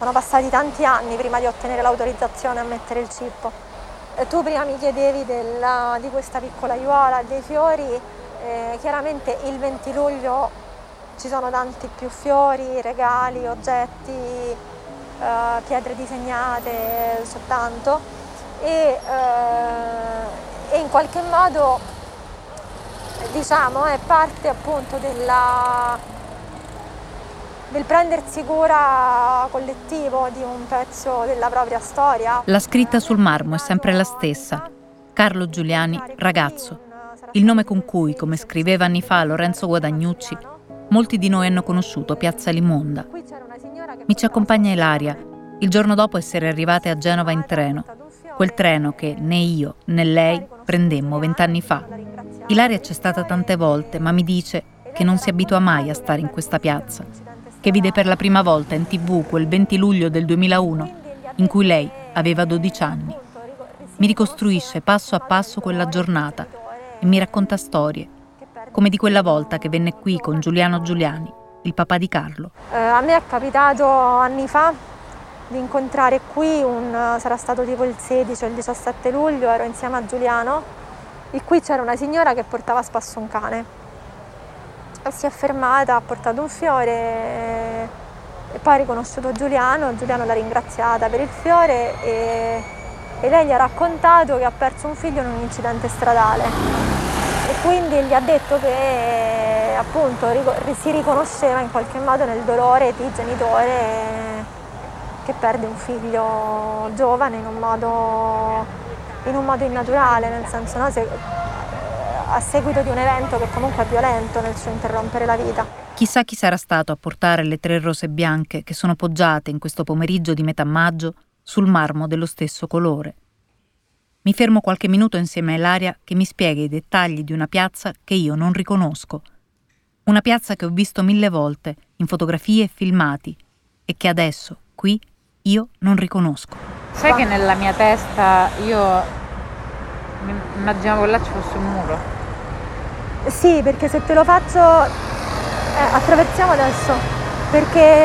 Sono passati tanti anni prima di ottenere l'autorizzazione a mettere il chip. Tu prima mi chiedevi di questa piccola aiuola, dei fiori, chiaramente il 20 luglio ci sono tanti più fiori, regali, oggetti, pietre disegnate soltanto e in qualche modo diciamo è parte appunto del prendersi cura collettivo di un pezzo della propria storia. La scritta sul marmo è sempre la stessa. Carlo Giuliani, ragazzo. Il nome con cui, come scriveva anni fa Lorenzo Guadagnucci, molti di noi hanno conosciuto Piazza Limonda. Mi ci accompagna Ilaria, il giorno dopo essere arrivate a Genova in treno. Quel treno che né io né lei prendemmo 20 anni fa. Ilaria c'è stata tante volte, ma mi dice che non si abitua mai a stare in questa piazza, che vide per la prima volta in TV quel 20 luglio del 2001, in cui lei aveva 12 anni. Mi ricostruisce passo a passo quella giornata e mi racconta storie, come di quella volta che venne qui con Giuliano Giuliani, il papà di Carlo. A me è capitato anni fa di incontrare qui, sarà stato tipo il 16 o il 17 luglio, ero insieme a Giuliano, e qui c'era una signora che portava a spasso un cane. E si è fermata, ha portato un fiore e poi ha riconosciuto Giuliano l'ha ringraziata per il fiore e lei gli ha raccontato che ha perso un figlio in un incidente stradale e quindi gli ha detto che appunto si riconosceva in qualche modo nel dolore di genitore che perde un figlio giovane in un modo innaturale, nel senso, no? A seguito di un evento che comunque è violento nel suo interrompere la vita. Chissà chi sarà stato a portare le 3 rose bianche che sono poggiate in questo pomeriggio di metà maggio sul marmo dello stesso colore. Mi fermo qualche minuto insieme a Ilaria che mi spiega i dettagli di una piazza che io non riconosco. Una piazza che ho visto 1000 volte in fotografie e filmati e che adesso, qui, io non riconosco. Sai che nella mia testa io immaginavo che là ci fosse un muro? Sì, perché se te lo faccio attraversiamo adesso, perché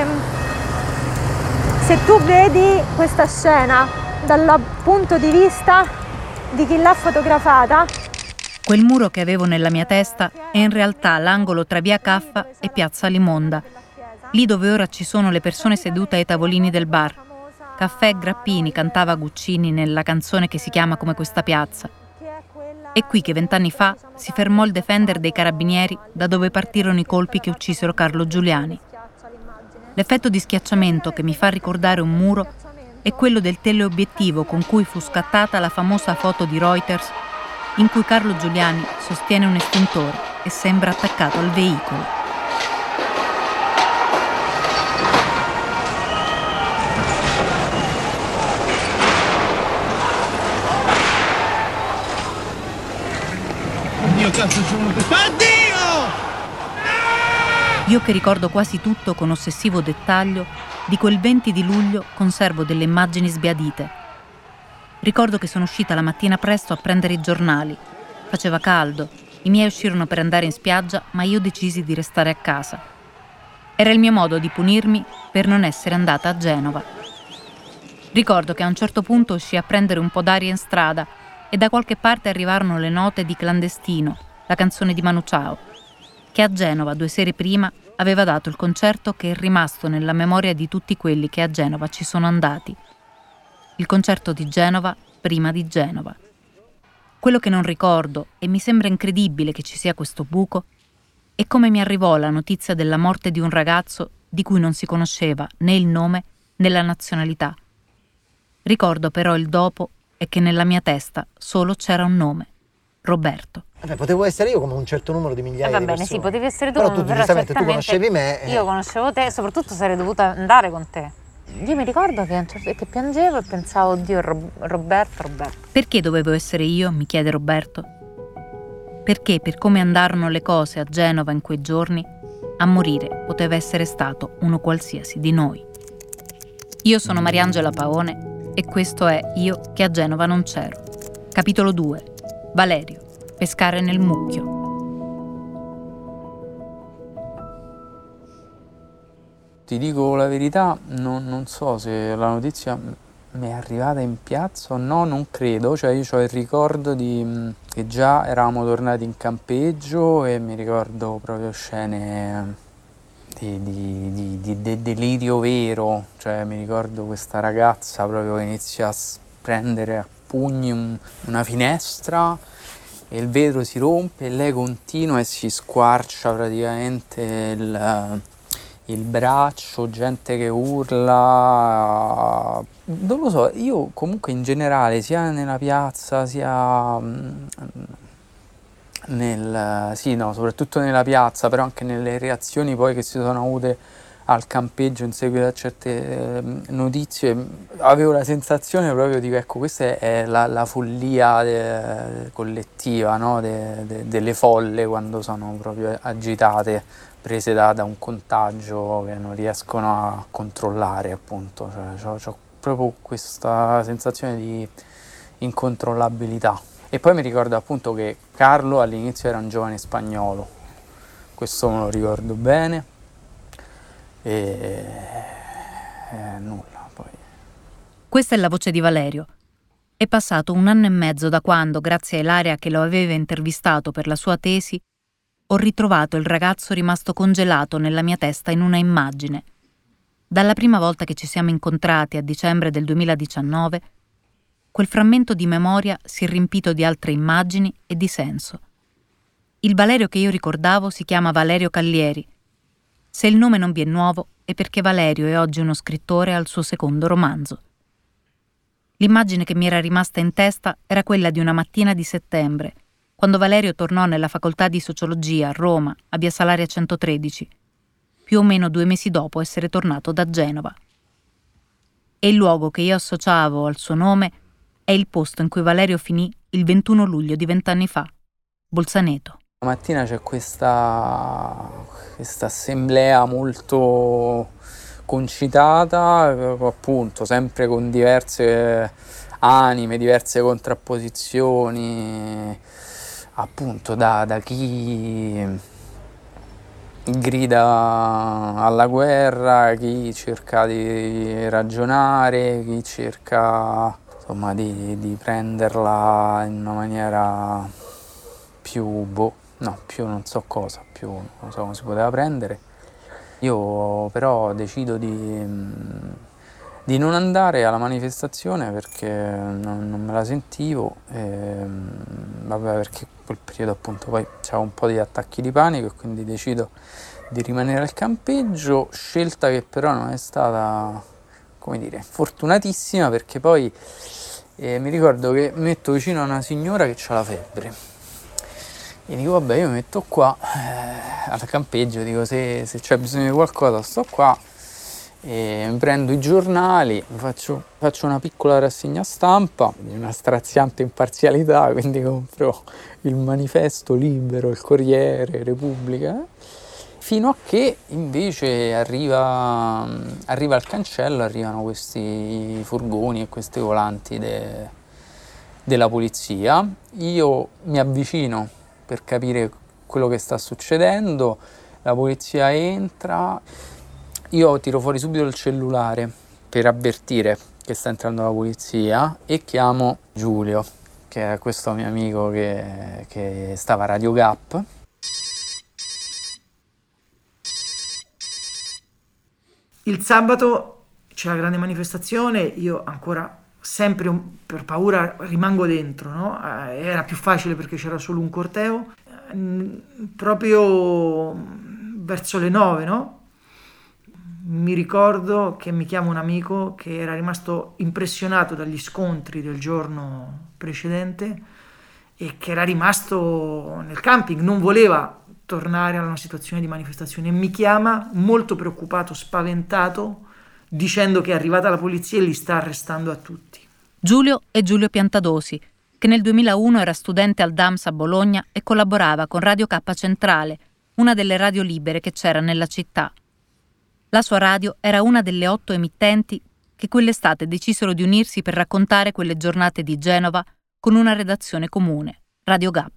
se tu vedi questa scena dal punto di vista di chi l'ha fotografata, quel muro che avevo nella mia testa è in realtà l'angolo tra via Caffa e piazza Limonda, lì dove ora ci sono le persone sedute ai tavolini del bar. Caffè e Grappini cantava Guccini nella canzone che si chiama come questa piazza. È qui che 20 anni fa si fermò il Defender dei Carabinieri da dove partirono i colpi che uccisero Carlo Giuliani. L'effetto di schiacciamento che mi fa ricordare un muro è quello del teleobiettivo con cui fu scattata la famosa foto di Reuters in cui Carlo Giuliani sostiene un estintore e sembra attaccato al veicolo. Io che ricordo quasi tutto con ossessivo dettaglio, di quel 20 di luglio conservo delle immagini sbiadite. Ricordo che sono uscita la mattina presto a prendere i giornali. Faceva caldo, i miei uscirono per andare in spiaggia, ma io decisi di restare a casa. Era il mio modo di punirmi per non essere andata a Genova. Ricordo che a un certo punto uscii a prendere un po' d'aria in strada e da qualche parte arrivarono le note di Clandestino, la canzone di Manu Chao, che a Genova 2 sere prima aveva dato il concerto che è rimasto nella memoria di tutti quelli che a Genova ci sono andati. Il concerto di Genova prima di Genova. Quello che non ricordo, e mi sembra incredibile che ci sia questo buco, è come mi arrivò la notizia della morte di un ragazzo di cui non si conosceva né il nome né la nazionalità. Ricordo però il dopo e che nella mia testa solo c'era un nome, Roberto. Vabbè, potevo essere io come un certo numero di migliaia va di bene, persone. sì, potevi essere tu, però tu giustamente tu certamente conoscevi me. Io conoscevo te, soprattutto sarei dovuta andare con te. Io mi ricordo che piangevo e pensavo, oddio, Roberto. Perché dovevo essere io, mi chiede Roberto. Perché, per come andarono le cose a Genova in quei giorni, a morire poteva essere stato uno qualsiasi di noi. Io sono Mariangela Paone e questo è Io che a Genova non c'ero. Capitolo 2. Valerio. Pescare nel mucchio. Ti dico la verità, non so se la notizia mi è arrivata in piazza o no, non credo. Cioè io ho il ricordo che già eravamo tornati in campeggio e mi ricordo proprio scene di delirio vero. Cioè mi ricordo questa ragazza proprio che inizia a prendere a pugni una finestra e il vetro si rompe e lei continua e si squarcia praticamente il braccio, gente che urla, non lo so, io comunque in generale sia nella piazza sia soprattutto nella piazza, però anche nelle reazioni poi che si sono avute al campeggio in seguito a certe notizie, avevo la sensazione proprio di che ecco, questa è la follia collettiva, no? Delle folle quando sono proprio agitate, prese da un contagio che non riescono a controllare, appunto. Cioè, c'ho proprio questa sensazione di incontrollabilità. E poi mi ricordo appunto che Carlo all'inizio era un giovane spagnolo, questo me lo ricordo bene, e nulla poi. Questa è la voce di Valerio. È passato 1 anno e mezzo da quando, grazie a Ilaria che lo aveva intervistato per la sua tesi, ho ritrovato il ragazzo rimasto congelato nella mia testa in una immagine. Dalla prima volta che ci siamo incontrati a dicembre del 2019, quel frammento di memoria si è riempito di altre immagini e di senso. Il Valerio che io ricordavo si chiama Valerio Callieri. Se il nome non vi è nuovo è perché Valerio è oggi uno scrittore al suo secondo romanzo. L'immagine che mi era rimasta in testa era quella di una mattina di settembre, quando Valerio tornò nella facoltà di sociologia a Roma, a via Salaria 113, più o meno 2 mesi dopo essere tornato da Genova. E il luogo che io associavo al suo nome è il posto in cui Valerio finì il 21 luglio di 20 anni fa, Bolzaneto. La mattina c'è questa assemblea molto concitata, appunto, sempre con diverse anime, diverse contrapposizioni, appunto da chi grida alla guerra, chi cerca di ragionare, chi cerca insomma di prenderla in una maniera più non so cosa, più non so come si poteva prendere. Io però decido di non andare alla manifestazione perché non me la sentivo, perché quel periodo appunto poi c'avevo un po' di attacchi di panico e quindi decido di rimanere al campeggio, scelta che però non è stata, come dire, fortunatissima, perché poi mi ricordo che mi metto vicino a una signora che ha la febbre e dico vabbè, io mi metto qua al campeggio, dico se c'è bisogno di qualcosa sto qua. E mi prendo i giornali, faccio una piccola rassegna stampa di una straziante imparzialità, quindi compro il Manifesto, Libero, il Corriere, Repubblica, fino a che invece arriva al cancello, arrivano questi furgoni e questi volanti della polizia. Io mi avvicino per capire quello che sta succedendo, la polizia entra. Io tiro fuori subito il cellulare per avvertire che sta entrando la polizia e chiamo Giulio, che è questo mio amico che stava a Radio Gap. Il sabato c'è la grande manifestazione, io ancora sempre per paura rimango dentro, no? Era più facile perché c'era solo un corteo, proprio verso le 9, no? Mi ricordo che mi chiama un amico che era rimasto impressionato dagli scontri del giorno precedente e che era rimasto nel camping, non voleva tornare a una situazione di manifestazione e mi chiama molto preoccupato, spaventato, dicendo che è arrivata la polizia e li sta arrestando a tutti. Giulio è Giulio Piantadosi, che nel 2001 era studente al DAMS a Bologna e collaborava con Radio K Centrale, una delle radio libere che c'era nella città. La sua radio era una delle 8 emittenti che quell'estate decisero di unirsi per raccontare quelle giornate di Genova con una redazione comune, Radio Gap.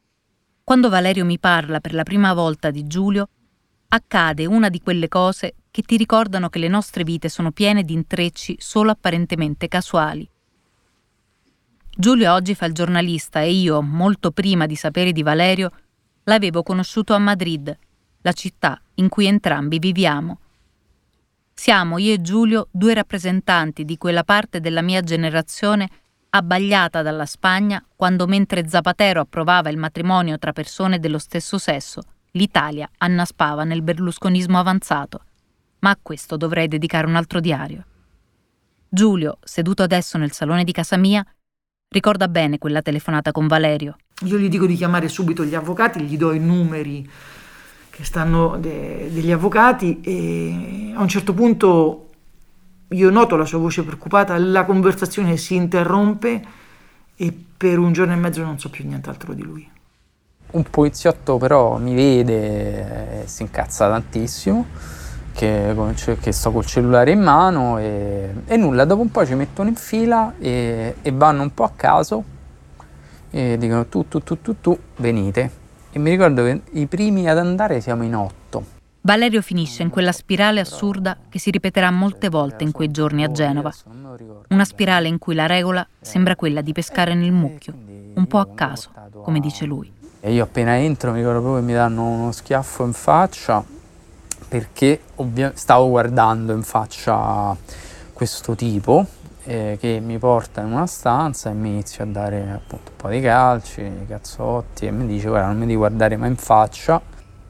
Quando Valerio mi parla per la prima volta di Giulio, accade una di quelle cose che ti ricordano che le nostre vite sono piene di intrecci solo apparentemente casuali. Giulio oggi fa il giornalista e io, molto prima di sapere di Valerio, l'avevo conosciuto a Madrid, la città in cui entrambi viviamo. Siamo, io e Giulio, due rappresentanti di quella parte della mia generazione abbagliata dalla Spagna quando, mentre Zapatero approvava il matrimonio tra persone dello stesso sesso, l'Italia annaspava nel berlusconismo avanzato. Ma a questo dovrei dedicare un altro diario. Giulio, seduto adesso nel salone di casa mia, ricorda bene quella telefonata con Valerio. Io gli dico di chiamare subito gli avvocati, gli do i numeri che stanno degli avvocati e a un certo punto io noto la sua voce preoccupata, la conversazione si interrompe e per un giorno e mezzo non so più nient'altro di lui. Un poliziotto però mi vede e si incazza tantissimo, che sto col cellulare in mano e nulla, dopo un po' ci mettono in fila e vanno un po' a caso e dicono tu venite. E mi ricordo che i primi ad andare siamo in 8. Valerio finisce in quella spirale assurda che si ripeterà molte volte in quei giorni a Genova. Una spirale in cui la regola sembra quella di pescare nel mucchio, un po' a caso, come dice lui. E io appena entro mi ricordo proprio che mi danno uno schiaffo in faccia perché stavo guardando in faccia questo tipo che mi porta in una stanza e mi inizia a dare appunto un po' di calci, cazzotti e mi dice guarda non mi devi guardare mai in faccia.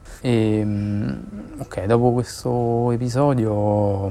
Ok, dopo questo episodio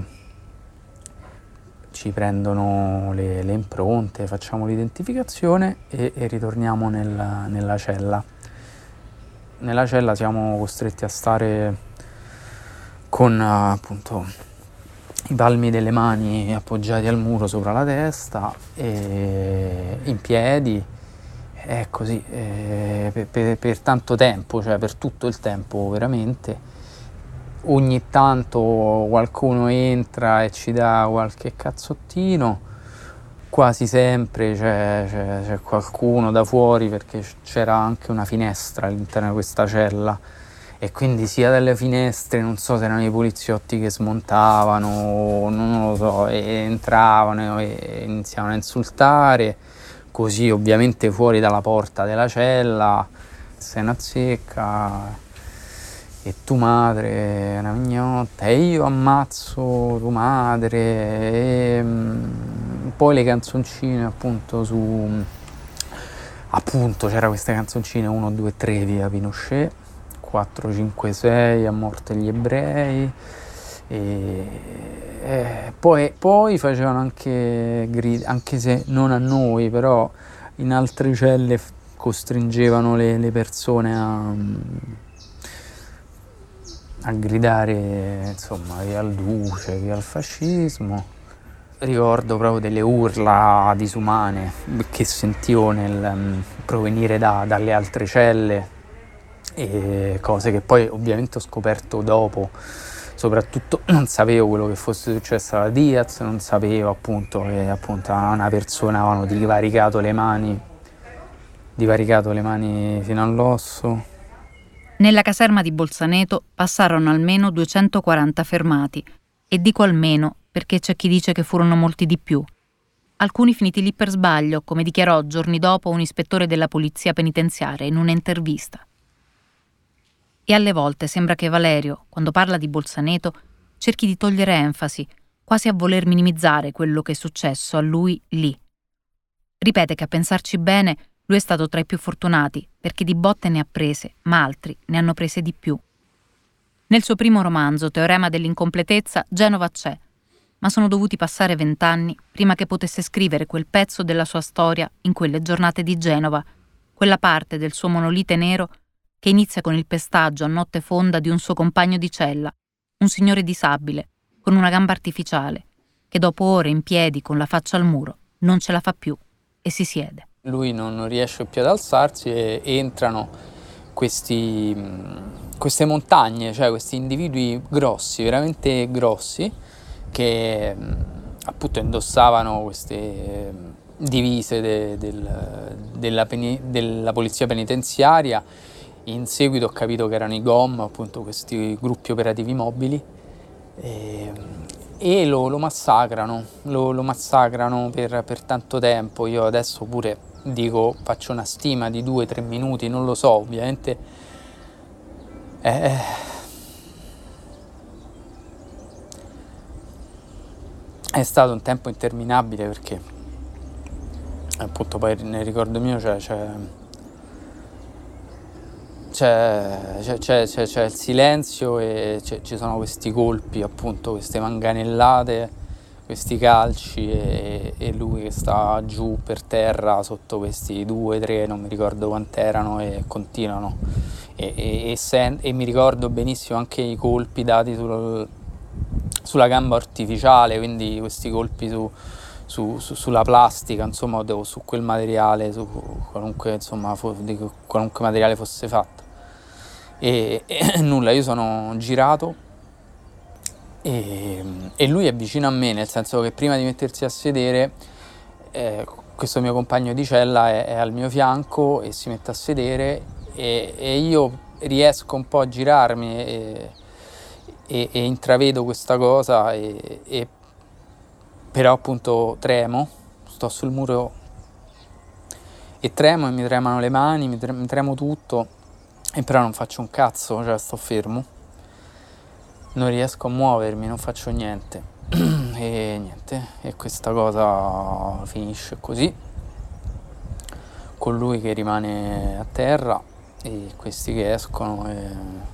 ci prendono le impronte, facciamo l'identificazione e ritorniamo nella cella. Nella cella siamo costretti a stare con appunto i palmi delle mani appoggiati al muro sopra la testa e in piedi, è così per tanto tempo, cioè per tutto il tempo veramente. Ogni tanto qualcuno entra e ci dà qualche cazzottino, quasi sempre c'è qualcuno da fuori perché c'era anche una finestra all'interno di questa cella. E quindi sia dalle finestre, non so se erano i poliziotti che smontavano, non lo so, e entravano e iniziavano a insultare, così ovviamente fuori dalla porta della cella, sei una zecca, e tu madre è una mignotta, e io ammazzo tu madre, e poi le canzoncine appunto appunto c'era queste canzoncine 1, 2, 3 via Pinochet, 4, 5, 6 a morte gli ebrei e poi facevano anche anche se non a noi, però in altre celle costringevano le persone a gridare insomma via il duce, via il fascismo. Ricordo proprio delle urla disumane che sentivo nel provenire dalle altre celle e cose che poi ovviamente ho scoperto dopo. Soprattutto non sapevo quello che fosse successo alla Diaz, non sapevo appunto che appunto a una persona avevano divaricato le mani fino all'osso. Nella caserma di Bolzaneto passarono almeno 240 fermati, e dico almeno perché c'è chi dice che furono molti di più. Alcuni finiti lì per sbaglio, come dichiarò giorni dopo un ispettore della polizia penitenziaria in un'intervista. E alle volte sembra che Valerio, quando parla di Bolzaneto, cerchi di togliere enfasi, quasi a voler minimizzare quello che è successo a lui lì. Ripete che a pensarci bene lui è stato tra i più fortunati, perché di botte ne ha prese, ma altri ne hanno prese di più. Nel suo primo romanzo, Teorema dell'incompletezza, Genova c'è, ma sono dovuti passare 20 anni prima che potesse scrivere quel pezzo della sua storia in quelle giornate di Genova, quella parte del suo monolite nero che inizia con il pestaggio a notte fonda di un suo compagno di cella, un signore disabile, con una gamba artificiale, che dopo ore in piedi con la faccia al muro non ce la fa più e si siede. Lui non riesce più ad alzarsi e entrano queste montagne, cioè questi individui grossi, veramente grossi, che appunto indossavano queste divise della polizia penitenziaria. In seguito ho capito che erano i GOM, appunto questi gruppi operativi mobili, e lo massacrano, lo massacrano per tanto tempo. Io adesso pure dico, faccio una stima di 2-3 minuti, non lo so, ovviamente è stato un tempo interminabile, perché appunto poi nel ricordo mio c'è il silenzio e ci sono questi colpi, appunto queste manganellate, questi calci e lui che sta giù per terra sotto questi 2-3, non mi ricordo quant'erano, e continuano e mi ricordo benissimo anche i colpi dati sulla gamba artificiale, quindi questi colpi sulla plastica, insomma, o su quel materiale, su qualunque, insomma, di qualunque materiale fosse fatto. E nulla, io sono girato e lui è vicino a me, nel senso che prima di mettersi a sedere, questo mio compagno di cella è al mio fianco e si mette a sedere, e io riesco un po' a girarmi e intravedo questa cosa, e però appunto tremo, sto sul muro e tremo, e mi tremano le mani, mi tremo tutto, e però non faccio un cazzo, cioè sto fermo, non riesco a muovermi, non faccio niente e niente, e questa cosa finisce così, con lui che rimane a terra e questi che escono e...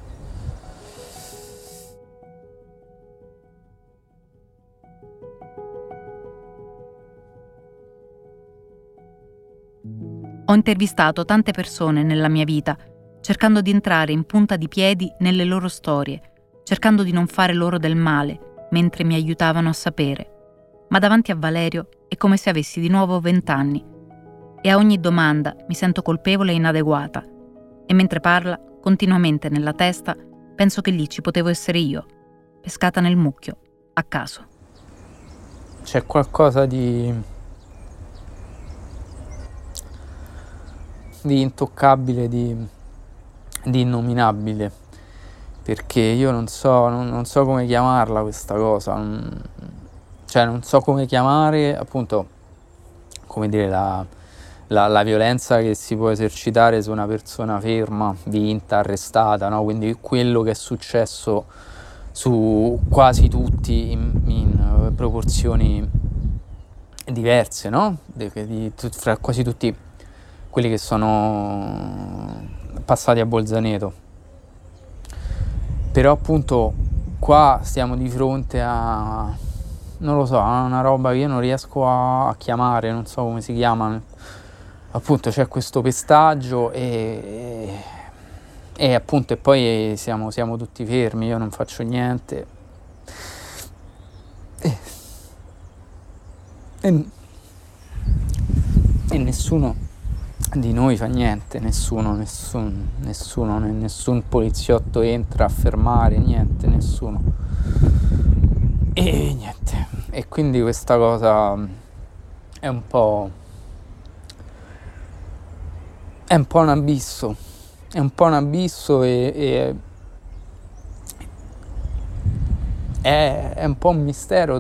Ho intervistato tante persone nella mia vita, cercando di entrare in punta di piedi nelle loro storie, cercando di non fare loro del male, mentre mi aiutavano a sapere. Ma davanti a Valerio è come se avessi di nuovo 20 anni. E a ogni domanda mi sento colpevole e inadeguata. E mentre parla, continuamente nella testa, penso che lì ci potevo essere io, pescata nel mucchio, a caso. C'è qualcosa di intoccabile, di innominabile, perché io non so come chiamarla questa cosa, cioè non so come chiamare, appunto, come dire, la violenza che si può esercitare su una persona ferma, vinta, arrestata, no? Quindi quello che è successo su quasi tutti in proporzioni diverse, no? Fra quasi tutti quelli che sono passati a Bolzaneto. Però appunto qua stiamo di fronte a, non lo so, a una roba che io non riesco a chiamare, non so come si chiama. Appunto c'è questo pestaggio e appunto, e poi siamo tutti fermi, io non faccio niente e nessuno di noi fa niente, nessun poliziotto entra a fermare, niente, nessuno, e niente, e quindi questa cosa è un po' un abisso, e è un po' un mistero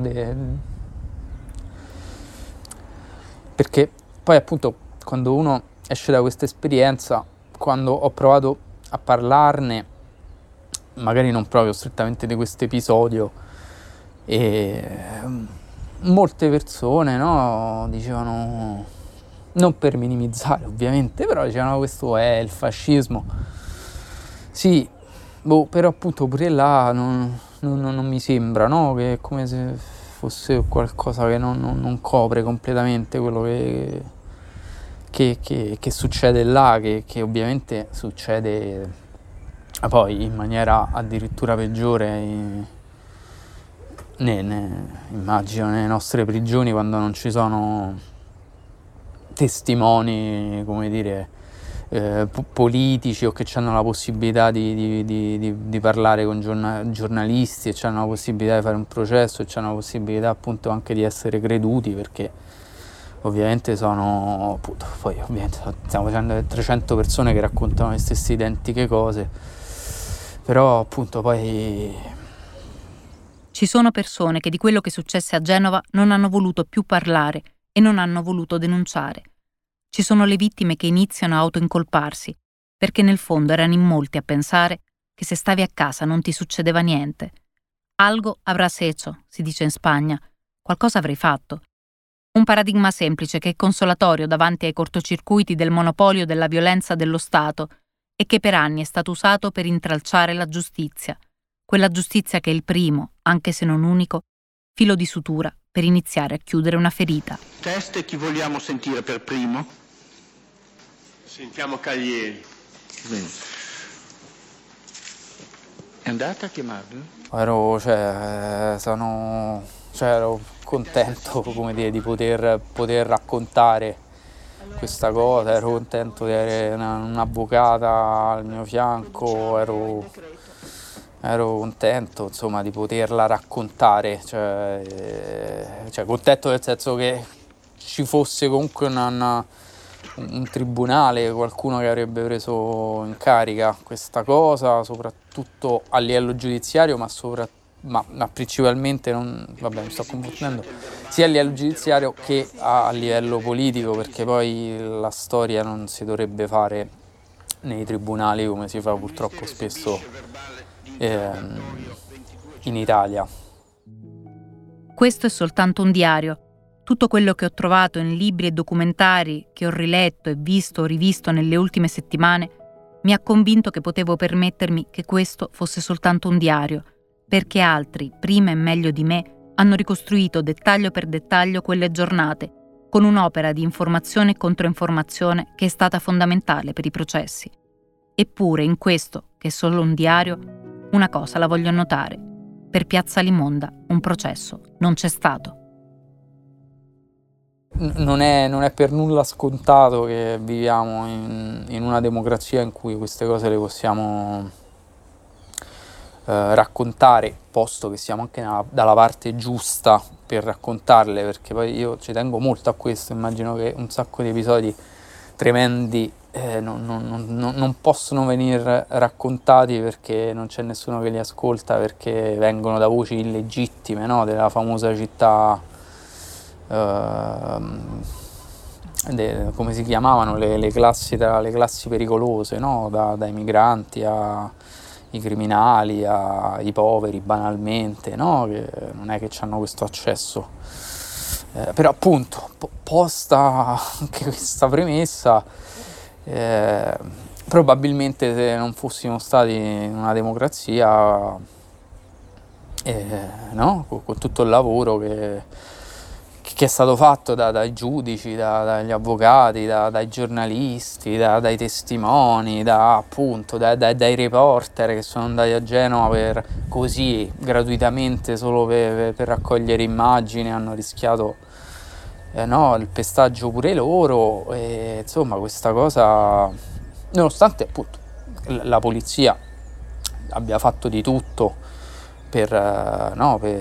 perché poi appunto quando uno esce da questa esperienza, quando ho provato a parlarne, magari non proprio strettamente di questo episodio, e molte persone, no, dicevano, non per minimizzare ovviamente, però dicevano questo è il fascismo. Sì, però appunto pure là non mi sembra, no, che è come se fosse qualcosa che non copre completamente quello che succede là, che ovviamente succede poi in maniera addirittura peggiore immagino nelle nostre prigioni, quando non ci sono testimoni, come dire, politici, o che hanno la possibilità di parlare con giornalisti, e hanno la possibilità di fare un processo, e hanno la possibilità appunto anche di essere creduti, perché ovviamente sono, appunto, poi ovviamente stiamo facendo 300 persone che raccontano le stesse identiche cose, però appunto poi Ci sono persone che di quello che successe a Genova non hanno voluto più parlare e non hanno voluto denunciare. Ci sono le vittime che iniziano a autoincolparsi, perché nel fondo erano in molti a pensare che se stavi a casa non ti succedeva niente. Algo avrás hecho, si dice in Spagna. Qualcosa avrei fatto. Un paradigma semplice che è consolatorio davanti ai cortocircuiti del monopolio della violenza dello Stato e che per anni è stato usato per intralciare la giustizia. Quella giustizia che è il primo, anche se non unico, filo di sutura per iniziare a chiudere una ferita. Test e chi vogliamo sentire per primo? Sentiamo Caglieri. Bene. È andata a chiamarlo? Ero contento, come dire, di poter raccontare questa cosa, ero contento di avere un'avvocata al mio fianco, ero contento, insomma, di poterla raccontare, cioè contento nel senso che ci fosse comunque un tribunale, qualcuno che avrebbe preso in carica questa cosa, soprattutto a livello giudiziario, ma principalmente, mi sto confondendo, sia a livello giudiziario che a livello politico, perché poi la storia non si dovrebbe fare nei tribunali come si fa purtroppo spesso in Italia. Questo è soltanto un diario. Tutto quello che ho trovato in libri e documentari che ho riletto e visto o rivisto nelle ultime settimane mi ha convinto che potevo permettermi che questo fosse soltanto un diario, perché altri, prima e meglio di me, hanno ricostruito dettaglio per dettaglio quelle giornate, con un'opera di informazione e controinformazione che è stata fondamentale per i processi. Eppure in questo, che è solo un diario, una cosa la voglio annotare. Per Piazza Limonda un processo non c'è stato. Non è per nulla scontato che viviamo in una democrazia in cui queste cose le possiamo raccontare, posto che siamo anche dalla parte giusta per raccontarle, perché poi io ci tengo molto a questo. Immagino che un sacco di episodi tremendi non possono venire raccontati perché non c'è nessuno che li ascolta, perché vengono da voci illegittime, no? Della famosa città, come si chiamavano le classi, tra le classi pericolose, no? Dai migranti ai criminali, ai poveri banalmente, no? Che non è che hanno questo accesso. Però appunto, posta anche questa premessa, probabilmente se non fossimo stati in una democrazia, no? Con tutto il lavoro che è stato fatto dai giudici, dagli avvocati, dai giornalisti, dai testimoni, dai reporter che sono andati a Genova così gratuitamente solo per raccogliere immagini, hanno rischiato il pestaggio pure loro, e insomma questa cosa, nonostante appunto la polizia abbia fatto di tutto per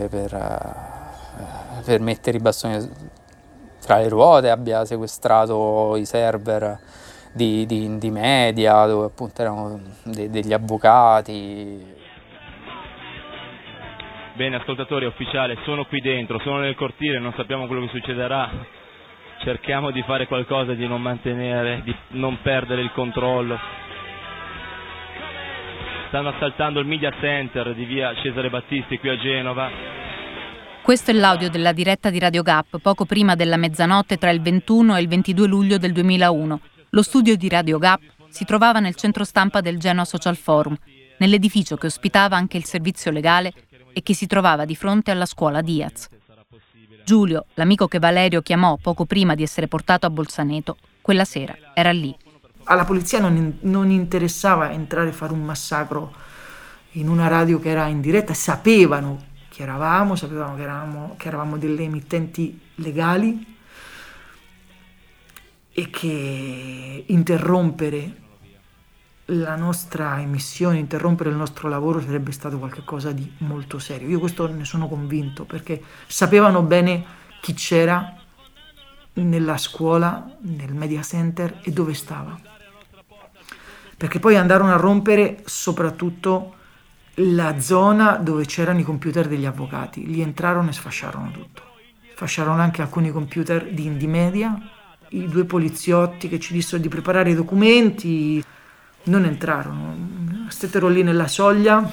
mettere i bastoni tra le ruote, abbia sequestrato i server di media dove appunto erano degli avvocati. Bene ascoltatori, ufficiale, sono qui dentro, sono nel cortile, non sappiamo quello che succederà, cerchiamo di fare qualcosa, di non perdere il controllo. Stanno assaltando il media center di via Cesare Battisti qui a Genova. Questo è l'audio della diretta di Radio Gap poco prima della mezzanotte tra il 21 e il 22 luglio del 2001. Lo studio di Radio Gap si trovava nel centro stampa del Genoa Social Forum, nell'edificio che ospitava anche il servizio legale e che si trovava di fronte alla scuola Diaz. Giulio, l'amico che Valerio chiamò poco prima di essere portato a Bolzaneto, quella sera era lì. Alla polizia non interessava entrare a fare un massacro in una radio che era in diretta, sapevano chi eravamo, che eravamo delle emittenti legali e che interrompere la nostra emissione, interrompere il nostro lavoro sarebbe stato qualcosa di molto serio. Io questo ne sono convinto, perché sapevano bene chi c'era nella scuola, nel media center e dove stava. Perché poi andarono a rompere soprattutto la zona dove c'erano i computer degli avvocati. Lì entrarono e sfasciarono tutto. Sfasciarono anche alcuni computer di Indymedia. I 2 poliziotti che ci dissero di preparare i documenti non entrarono, stettero lì nella soglia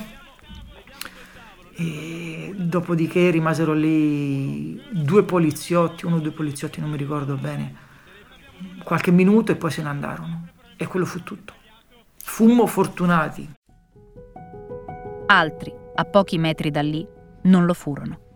e dopodiché rimasero lì 2 poliziotti, 1 o 2 poliziotti, non mi ricordo bene, qualche minuto e poi se ne andarono. E quello fu tutto. Fummo fortunati. Altri, a pochi metri da lì, non lo furono.